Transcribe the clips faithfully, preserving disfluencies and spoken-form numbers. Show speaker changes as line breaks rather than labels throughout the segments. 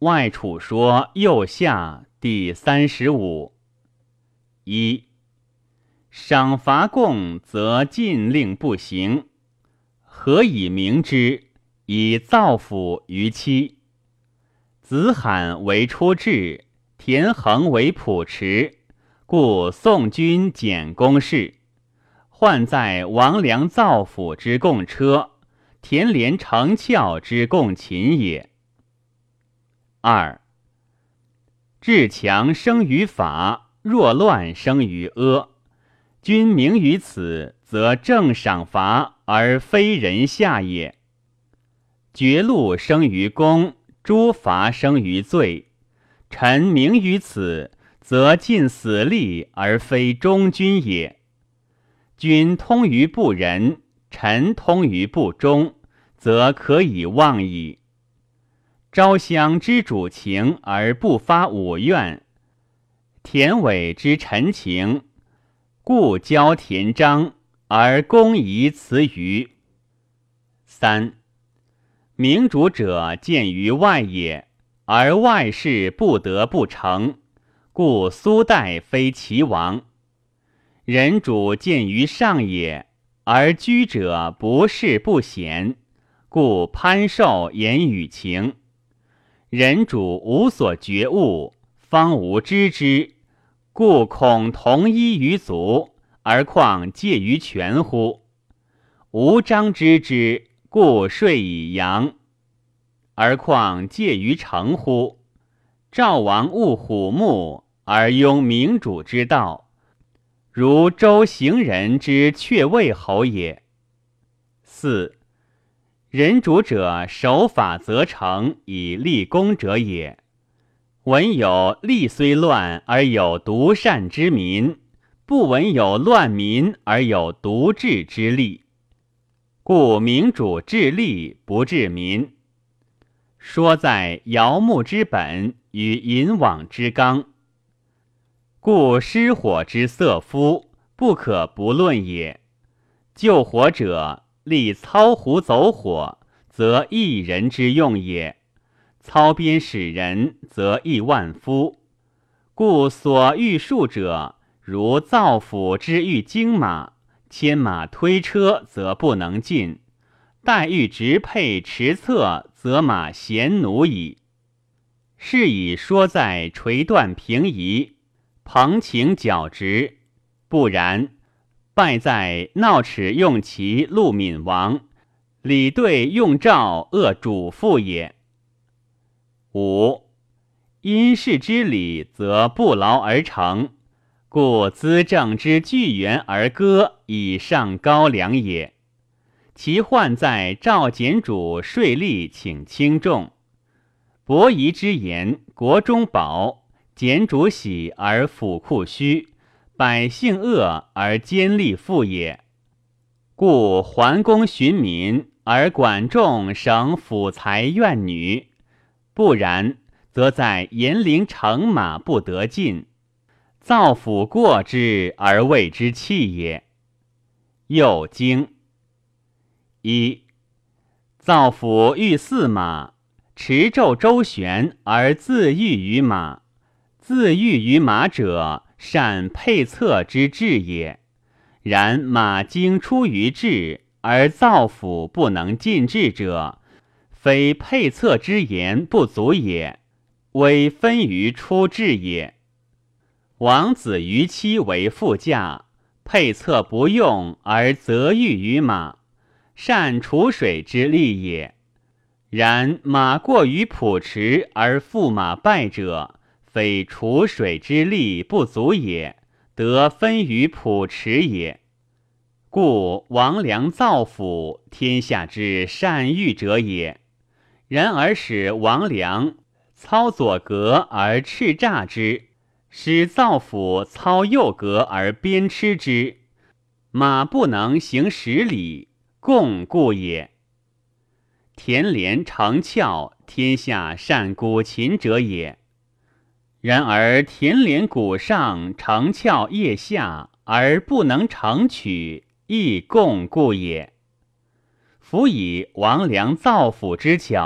外储说右下第三十五。一、赏罚共，则禁令不行。何以明之？以造府于期。子罕为出治，田横为普持，故宋军简公事。患在王梁造府之共车，田连成翘之共秦也。二、治强生于法，若乱生于阿。君明于此，则正赏罚，而非人下也。绝禄生于公，诛伐生于罪。臣明于此，则尽死力，而非忠君也。君通于不仁，臣通于不忠，则可以忘矣。昭襄知主情而不发五怨，田尾知臣情，故交田章而公夷辞于。三、明主者见于外也，而外事不得不成，故苏代非齐王。人主见于上也，而居者不是不贤，故潘寿言与情。人主无所觉悟，方无知之，故恐同一于足，而况介于权乎？吾章知之，故说以扬，而况介于成乎？赵王务虎目，而庸明主之道，如周行人之阙魏侯也。四、人主者，守法则成，以立功者也。闻有利虽乱而有独善之民，不闻有乱民而有独治之利。故明主治利，不治民。说在尧牧之本与引往之纲，故失火之色夫，不可不论也。救火者，立操胡走火，则一人之用也；操鞭使人，则一万夫。故所欲数者，如造府之欲精马，牵马推车，则不能进；待欲直配驰策，则马贤奴矣。是以说在垂断平移，朋情矫直，不然，败在闹齿用其陆闵王，李对用赵恶主父也。五、因事之理，则不劳而成，故资政之巨源而歌，以上高粱也。其患在赵简主税吏请轻重，伯夷之言，国中保，简主喜而府库虚，百姓恶而奸吏富也。故桓公循民，而管仲省辅财院女，不然，则在延陵乘马不得进，造府过之而谓之弃也。又经一、造府欲驷马，持胄周旋而自御于马，自御于马者，善配策之志也。然马经出于志，而造府不能进志者，非配策之言不足也，微分于出志也。王子于妻为副驾，配策不用而择御于马，善储水之利也。然马过于朴持而驸马败者，非储水之利不足也，得分于朴持也。故王梁造府，天下之善御者也。然而使王梁操左革而叱诈之，使造府操右革而鞭笞之，马不能行十里，共故也。田连成翘，天下善鼓琴者也。然而田连鼓上，成翘腋下，而不能成曲，亦共故也。夫以王梁造府之巧，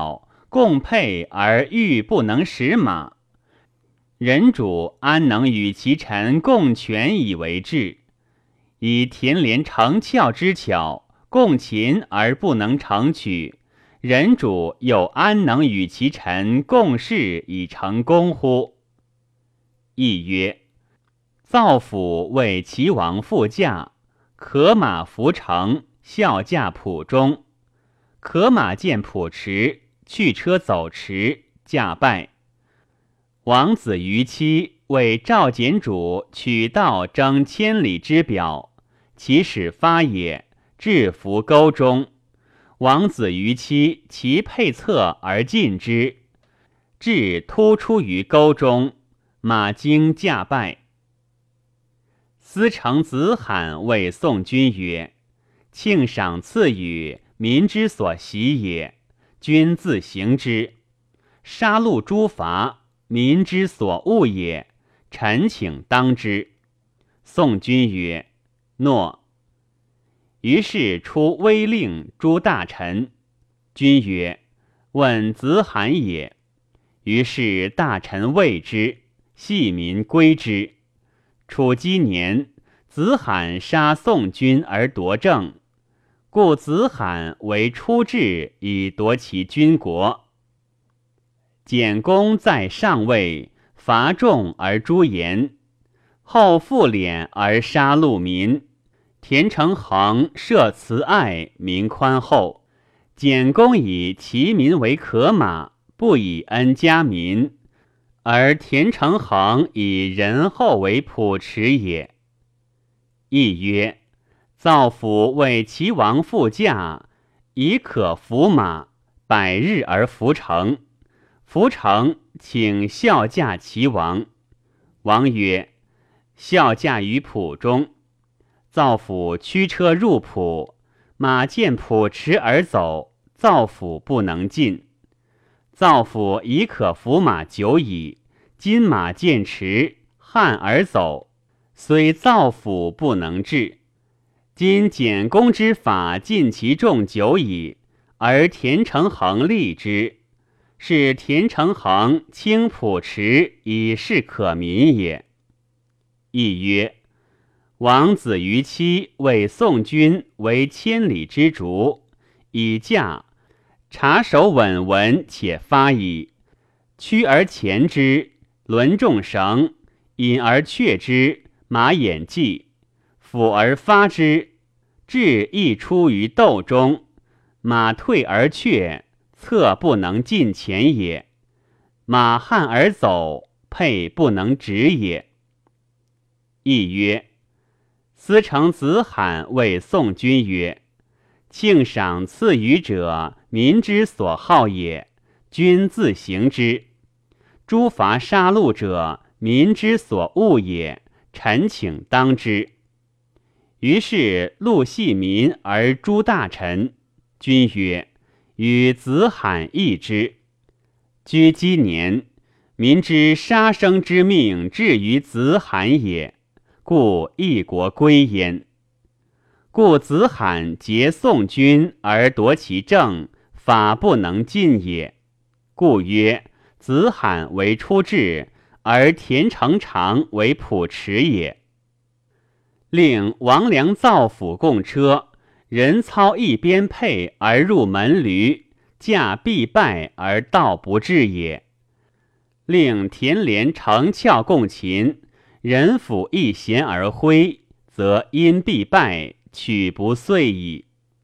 共配而欲不能使马，人主安能与其臣共权以为治？以田连成翘之巧，共擒而不能成取，人主又安能与其臣共事以成功乎？亦曰：造府为齐王副驾，可马服乘，效驾圃中。可马见圃迟，去车走驰，驾败。王子于期为赵简主取道征千里之表，其始发也，至服沟中。王子于期其配策而进之，至突出于沟中，马惊驾败。司成子罕谓宋君曰：庆赏赐予，民之所喜也，君自行之；杀戮诛伐，民之所恶也，臣请当之。宋君曰：诺。于是出威令诸大臣。君曰：问子罕也。于是大臣谓之，系民归之。楚姬年，子罕杀宋君而夺政，故子罕为出治以夺其军国。简公在上位，伐众而诛言，后复敛而杀戮民。田承衡设慈爱，民宽厚。简公以其民为可马，不以恩加民，而田承衡以仁厚为朴持也。亦曰：造府为齐王副驾，以可服马，百日而服乘。服乘，请效驾齐王。王曰：效驾于圃中。造府驱车入圃，马见圃迟而走，造府不能进。造府已可服马久矣，今马见迟，撼而走，虽造府不能治。今简公之法尽其众久矣，而田承衡立之，是田承衡轻圃迟以示可民也。亦曰：王子于期为宋君为千里之竹，以驾察守稳文且发矣。驱而前之，轮众绳，引而却之，马眼计，辅而发之，至亦出于斗中，马退而却，策不能进前也。马撼而走，辔不能止也。亦曰：司成子罕谓宋君曰：庆赏赐予者，民之所好也，君自行之；诛伐杀戮者，民之所恶也，臣请当之。于是戮系民而诛大臣。君曰：与子罕异之。居姬年，民之杀生之命至于子罕也，故一国归焉。故子罕结宋君而夺其政，法不能进也。故曰：子罕为出治，而田承常为朴持也。令王良造府共车，人操一边辔而入门闾，驾必败而道不至也。令田连成翘共擒，人辅一贤而挥，则因必败，取不遂矣。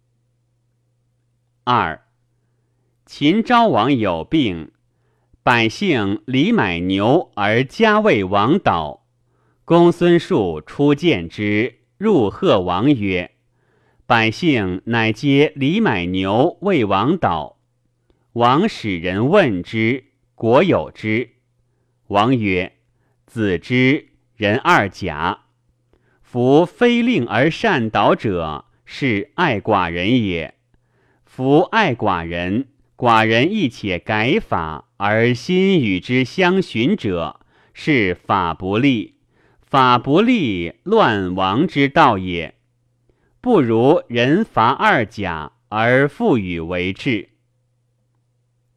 二，秦昭王有病，百姓礼买牛而加为王导。公孙述出见之，入贺王曰：百姓乃皆礼买牛为王导。王使人问之，果有之。王曰：子之，人二假。夫非令而善导者，是爱寡人也。夫爱寡人，寡人亦且改法，而心与之相循者，是法不立。法不立，乱王之道也。不如人伐二甲，而复与为治。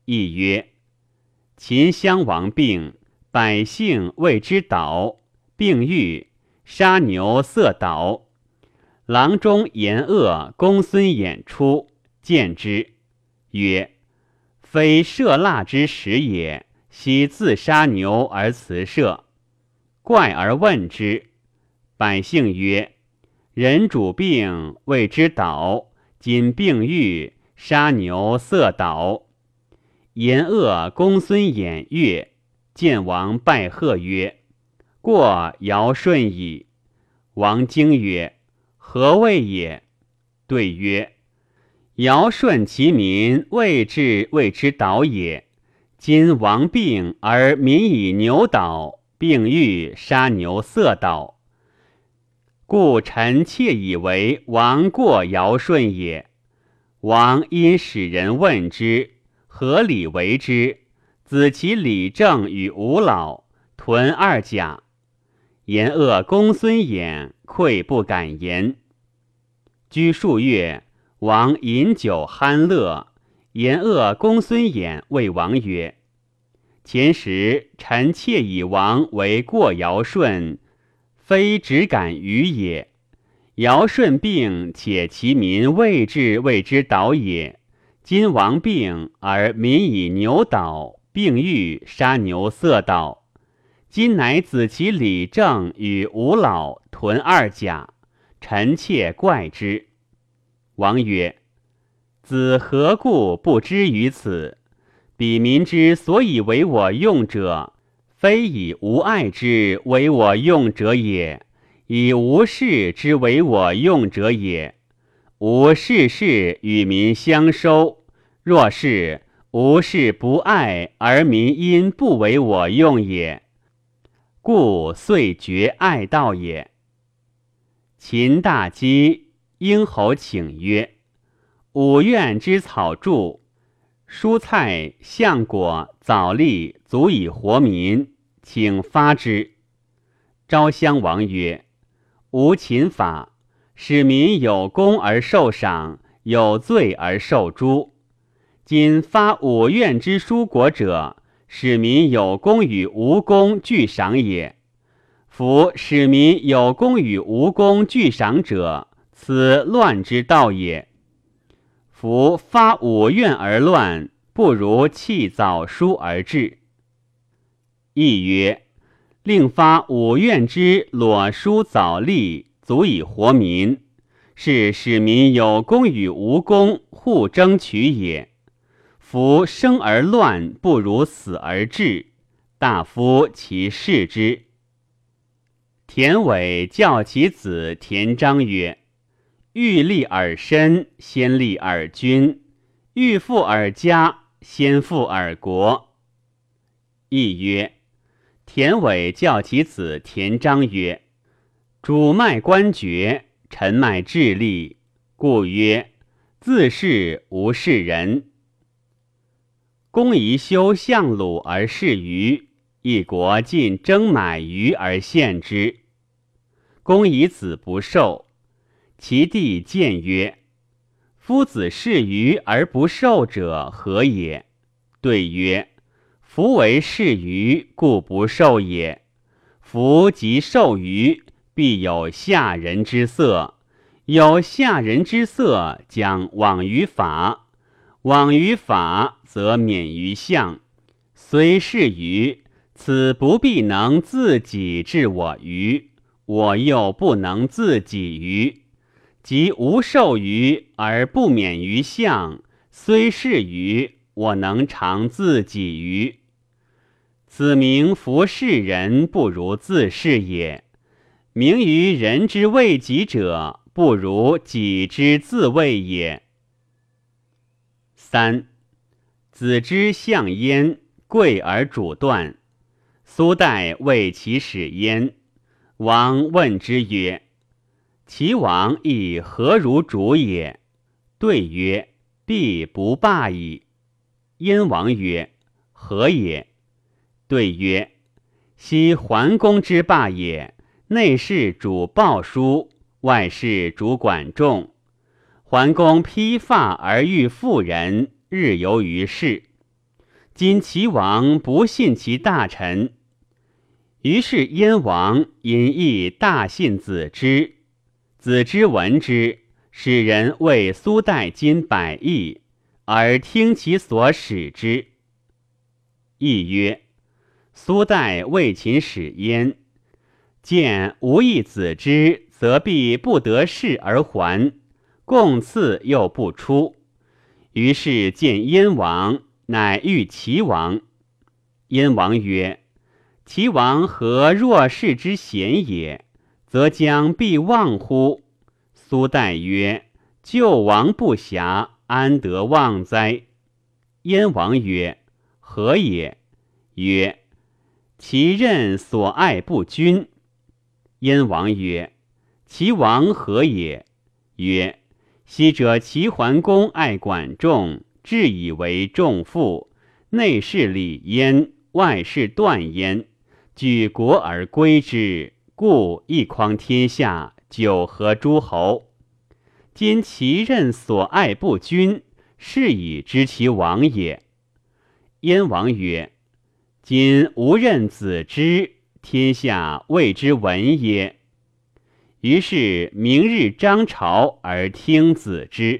亦曰：秦襄王病，百姓谓之倒，病愈，杀牛色倒。郎中言恶公孙衍出，见之，曰：非射蜡之时也，悉自杀牛而辞射。怪而问之，百姓曰：人主病，谓之倒，今病愈，杀牛色倒。言恶公孙衍悦，见王拜贺曰：过尧舜矣。王惊曰：何谓也？对曰：尧舜其民，未至谓之倒也。今王病而民以牛倒，病愈，杀牛色倒。故臣妾以为王过尧舜也。王因使人问之，何礼为之？子其礼正与吴老，屯二甲。言恶公孙衍，愧不敢言。居数月，王饮酒酣乐。言恶公孙衍谓王曰：前时臣妾以王为过尧舜，非只敢于也。尧舜病，且其民未至谓之倒也。今王病而民以牛倒，病愈，杀牛色倒。今乃子其礼正与吴老，屯二甲，臣妾怪之。王曰：子何故不知于此？彼民之所以为我用者，非以无爱之为我用者也，以无事之为我用者也。吾事事与民相收，若是吾事不爱而民因不为我用也，故遂绝爱道也。秦大饥，婴侯请曰：五苑之草著，蔬菜、橡果、枣栗足以活民，请发之。昭襄王曰：吾秦法，使民有功而受赏，有罪而受诛。今发五苑之蔬果者，使民有功与无功俱赏也。夫使民有功与无功俱赏者，此乱之道也。夫发五苑而乱，不如弃早蔬而治。亦曰：令发五苑之裸蔬枣栗，足以活民，是使民有功与无功互争取也。夫生而乱，不如死而治，大夫其事之。田尾教其子田章曰：欲立尔身，先立尔君；欲富尔家，先富尔国。亦曰：田尾教其子田章曰：主脉官爵，臣脉智力，故曰自是无是人。公宜修相鲁而事虞，一国尽征买虞而献之。公宜子不受，其弟谏曰：夫子事虞而不受者何也？对曰：夫为事虞，故不受也。夫即受虞，必有下人之色，有下人之色，将往于法，往于法，则免于相。虽是虞，此不必能自己治我虞，我又不能自己虞。即无受虞而不免于相，虽是虞，我能常自己虞。此名服世人，不如自是也。名于人之为己者，不如己之自为也。三，子之相焉，贵而主断。苏代为其使焉。王问之曰：其王亦何如主也？对曰：必不罢矣。燕王曰：何也？对曰：昔桓公之罢也，内侍主鲍书，外侍主管仲。桓公披发而欲妇人，日游于市。 今齐王不信其大臣，于是燕王因亦大信子之。子之闻之，使人为苏代金百亿，而听其所使之。亦曰：苏代为秦使焉，见无义子之，则必不得势而还，贡赐又不出。于是见燕王，乃欲齐王。燕王曰：齐王何若是之贤也，则将必忘乎？苏代曰：救王不暇，安得忘哉？燕王曰：何也？曰：其任所爱不均。燕王曰：齐王何也？曰：昔者齐桓公爱管仲，至以为仲父，内事礼焉，外事断焉，举国而归之，故一匡天下，九合诸侯。今其任所爱不均，是以知其亡也。燕王曰：今吾任子之，天下谓之闻耶？于是明日张朝而听子之。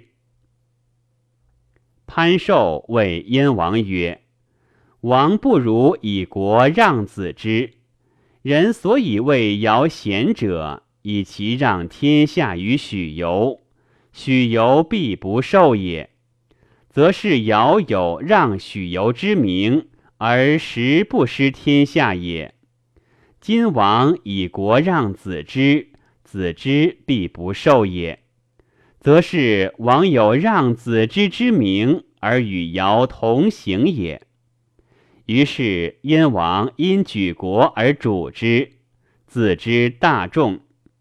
潘寿谓燕王曰：王不如以国让子之。人所以为尧贤者，以其让天下于许由，许由必不受也。则是尧有让许由之名，而实不失天下也。今王以国让子之，子之必不受也。则是王有让子之之名，而与尧同行也。于是燕王因举国而主之，子之大众。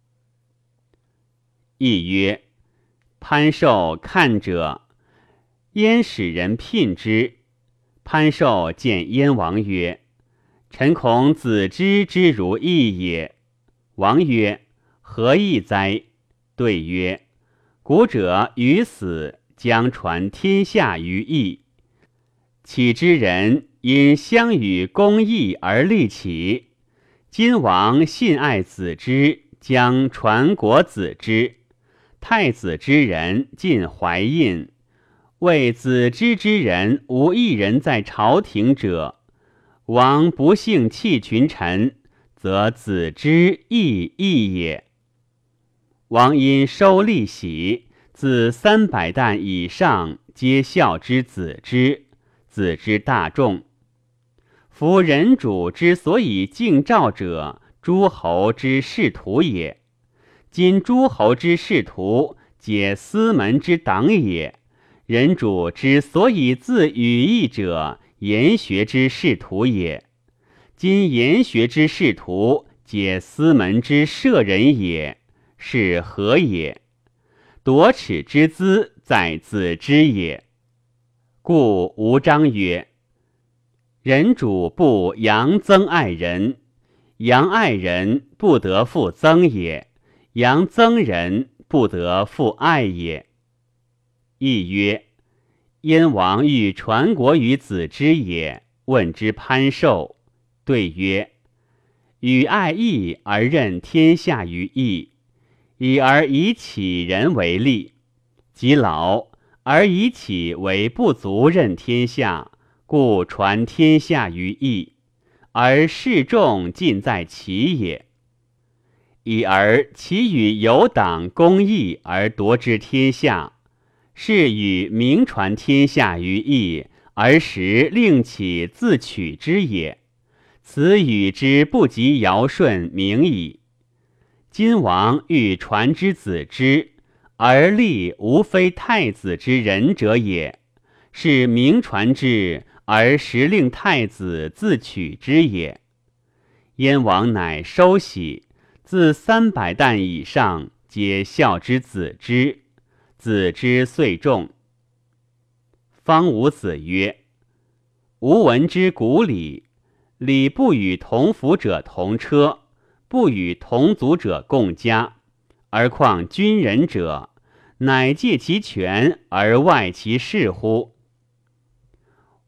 亦曰：潘寿看者，燕使人聘之。潘寿见燕王曰：臣恐子之之如义也。王曰：何义哉？对曰：古者于死，将传天下于义。启之人因相与公义而立起。今王信爱子之，将传国子之。太子之人尽怀印，为子之之人无一人在朝廷者。王不幸弃群臣，则子之亦义也。王因收利息，自三百担以上，皆孝之子之，子之大众。夫人主之所以敬诏者，诸侯之仕途也。今诸侯之仕途，皆私门之党也。人主之所以自语义者，言学之仕途也。今言学之仕途，皆私门之舍人也，是何也？夺齿之资，在子之也。故吴章曰：人主不扬增爱人，扬爱人不得复增也，扬增人不得复爱也。亦曰：燕王欲传国于子之也，问之潘寿。对曰：与爱义而任天下于义，以而以启人为利；及老而以启为不足任天下，故传天下于义，而示众尽在其也。以而其与有党公义而夺之天下，是与名传天下于义，而实令其自取之也。此与之不及尧舜明矣。今王欲传之子之，而立无非太子之人者也，是名传之，而实令太子自取之也。燕王乃收喜，自三百担以上，皆孝之子之，子之遂众。方五子曰：吾闻之古礼，礼不与同服者同车，不与同族者共家，而况君人者，乃借其权而外其事乎？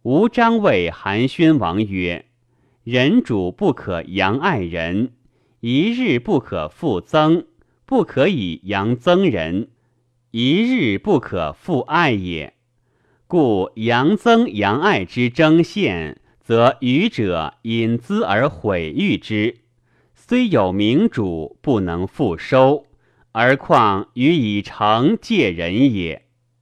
吴章谓韩宣王曰：人主不可佯爱人，一日不可复增，不可以佯增人，一日不可复爱也。故佯增佯爱之争陷，则愚者因资而毁誉之，虽有明主，不能复收，而况予以成借人也。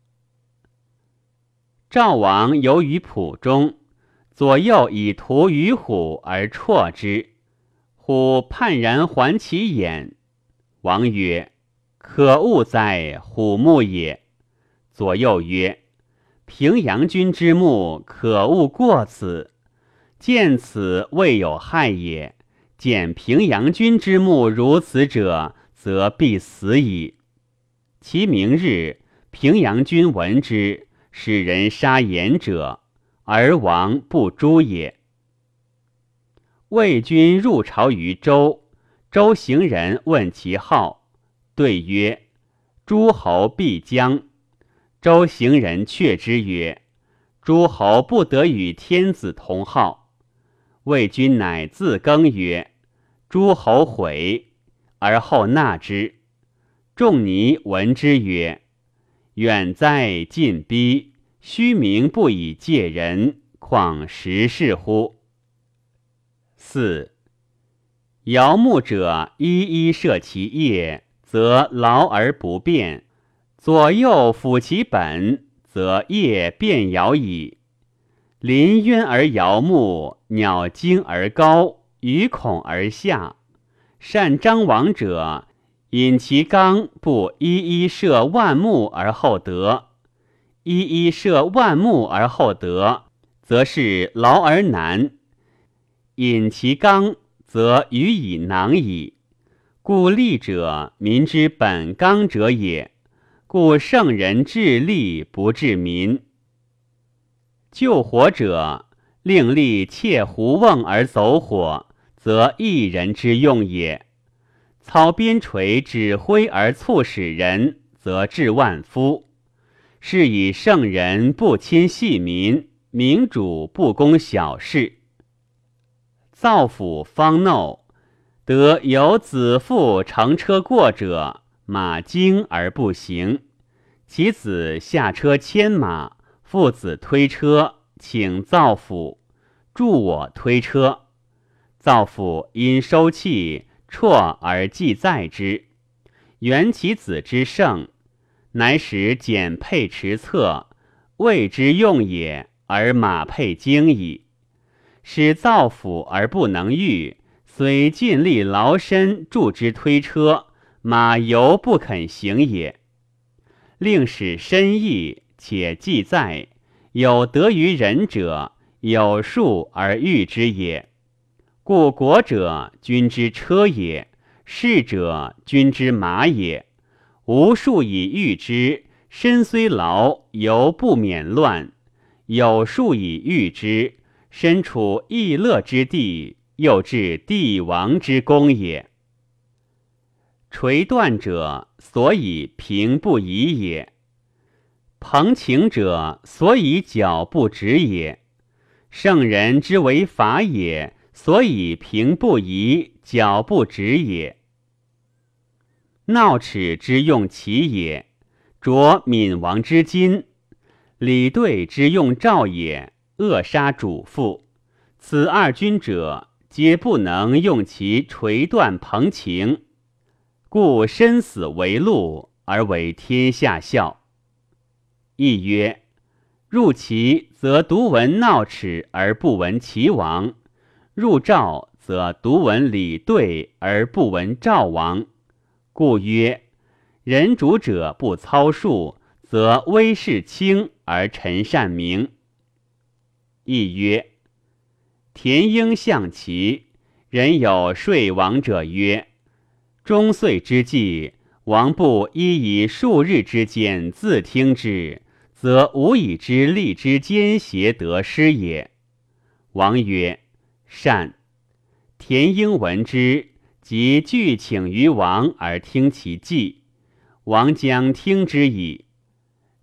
赵王游于濮中，左右以屠于虎而绰之，虎判然还其眼。王曰：可恶哉，虎目也！左右曰：平阳君之目，可恶过此。见此未有害也，见平阳君之目如此者，则必死矣。其明日，平阳君闻之，使人杀言者，而王不诛也。魏军入朝于周，周行人问其号，对曰：诸侯必将。周行人却之曰：诸侯不得与天子同号。魏君乃自更曰：诸侯悔，而后纳之。仲尼闻之曰：远哉，近逼！虚名不以借人，况时事乎？四，尧牧者一一设其业，则劳而不变；左右辅其本，则业变尧矣。临渊而尧牧，鸟惊而高，鱼恐而下。善张王者，引其刚，不一一设万目而后得；一一设万目而后得，则是劳而难；引其刚，则予以囊矣。故利者，民之本刚者也。故圣人治利不治民。救火者，令利窃胡瓮而走火，则一人之用也。操边陲指挥而促使人，则治万夫。是以圣人不亲细民，明主不攻小事。造府方耨，得有子父乘车过者，马惊而不行，其子下车牵马，父子推车，请造府，助我推车。造府因收器，辍而既载之，原其子之盛，乃使简佩驰策，谓之用也，而马配精矣。使造府而不能御，虽尽力劳身助之推车，马犹不肯行也。令使身义，且既在，有得于人者，有数而御之也。故国者，君之车也；士者，君之马也。无数以御之，身虽劳，犹不免乱；有数以御之，身处逸乐之地，又至帝王之功也。垂断者，所以平不移也；朋情者，所以矫不直也。圣人之为法也，所以平不移，矫不直也。闹齿之用其也，着闵王之金；李对之用赵也，扼杀主父。此二君者，皆不能用其垂断朋情，故身死为禄，而为天下笑。亦曰：入齐则独闻闹齿而不闻齐王，入赵则独闻李对而不闻赵王。故曰：人主者不操数，则威势轻而臣善明。亦曰：田婴象齐，人有说王者曰：中岁之际，王不依以数日之间自听之，则无以知利之奸邪得失也。王曰：善。田婴闻之，即具请于王而听其计，王将听之矣。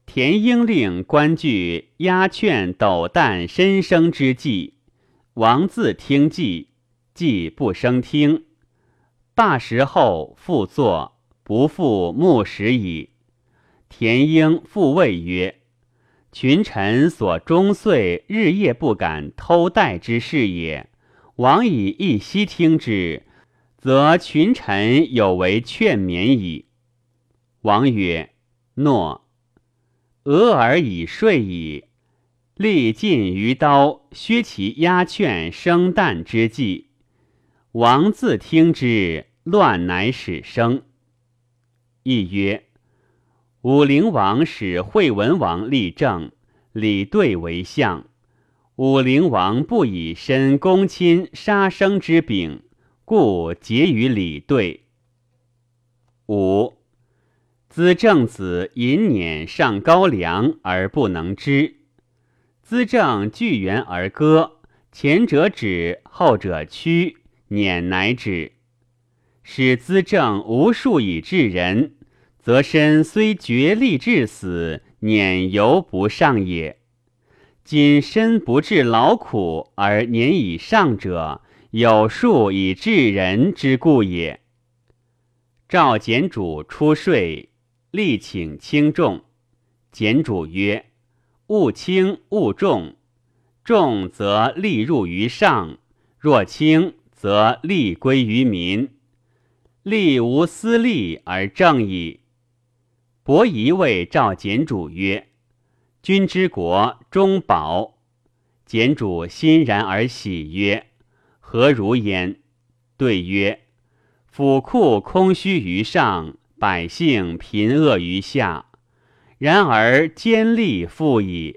田婴令官具鸦雀斗旦申生之际，王自听计，计不生听。罢时后复作，不复木石矣。田婴复谓曰：群臣所终岁日夜不敢偷带之事也，王以一息听之，则群臣有为劝勉矣。王曰：诺。俄而以睡矣。力尽于刀，削其鸦雀生旦之际。王自听之，乱乃始生。亦曰：武陵王使惠文王立政，李兑为相。武陵王不以身公亲杀生之柄，故结于李兑。五。资正子引辇上高梁而不能支。资正据园而歌，前者止，后者屈，辇乃止。使资正无数以治人，则身虽绝力至死，辇犹不上也。今身不至劳苦而年以上者，有数以治人之故也。赵简主出税，力请轻重。简主曰：勿轻勿重，重则力入于上，若轻则力归于民。力无私利而正矣。伯夷谓赵简主曰：君之国终保。简主欣然而喜曰：何如焉？对曰：府库空虚于上，百姓贫恶于下，然而坚利富矣。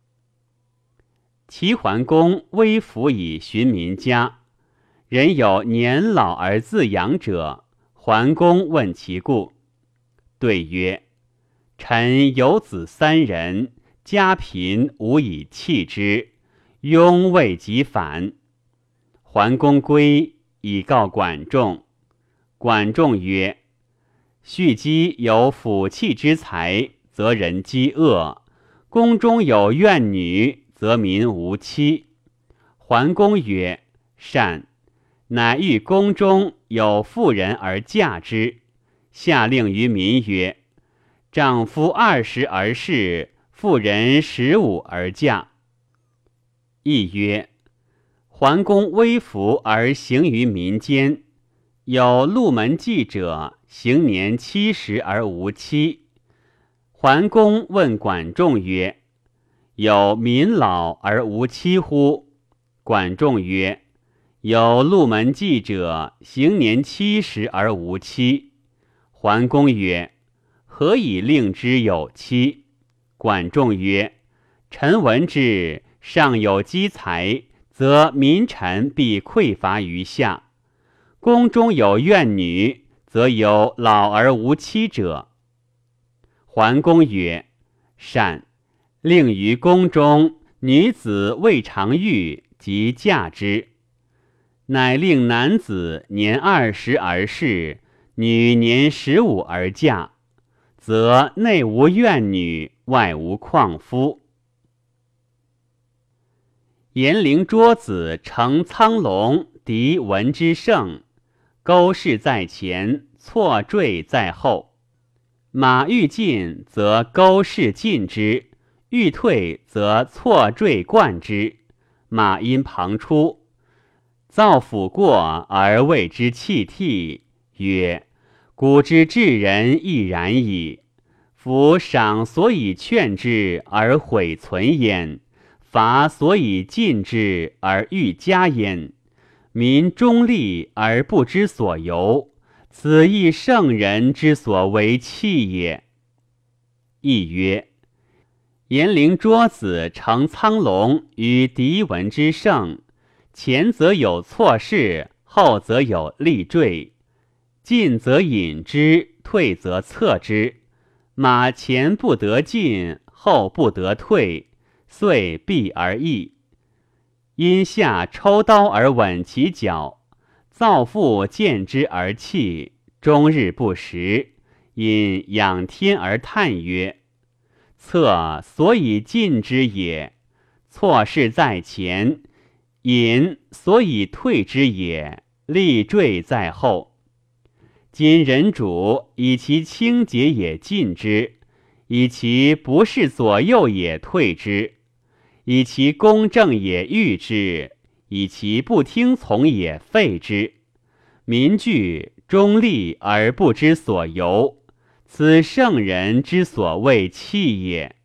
齐桓公微服以循民家，人有年老而自养者。桓公问其故，对曰：臣有子三人，家贫无以弃之，庸未及反。桓公归，以告管仲。管仲曰：蓄积有辅器之财，则人饥饿；宫中有怨女，则民无妻。桓公曰：善。乃欲宫中有妇人而嫁之，下令于民曰：丈夫二十而侍，妇人十五而嫁。亦曰：桓公微服而行于民间，有鹿门妓者，行年七十而无妻。桓公问管仲曰：有民老而无妻乎？管仲曰：有鹿门妓者，行年七十而无妻。桓公曰：何以令之有妻？管仲曰：臣闻之，上有积财，则民臣必匮乏于下；宫中有怨女，则有老而无妻者。桓公曰：善。令于宫中，女子未尝育，即嫁之。乃令男子年二十而侍，女年十五而嫁，则内无怨女，外无旷夫。颜陵卓子乘苍龙，敌文之胜，钩势在前，错坠在后。马欲进，则钩势进之；欲退，则错坠贯之。马因旁出，造斧过而谓之弃替，曰：古之治人亦然矣。夫赏所以劝之而毁存焉，罚所以禁之而欲加焉。民忠利而不知所由，此亦圣人之所为弃也。亦曰：颜陵卓子乘苍龙于狄文之胜，前则有错事，后则有立坠，进则引之，退则侧之。马前不得进，后不得退，遂避而逸。因下抽刀而吻其脚，造父见之而弃，终日不食。因仰天而叹曰： 策所以进之也，错事在前；隐所以退之也，利坠在后。今人主以其清洁也进之，以其不是左右也退之，以其公正也御之，以其不听从也废之。民惧中立而不知所由，此圣人之所谓弃也。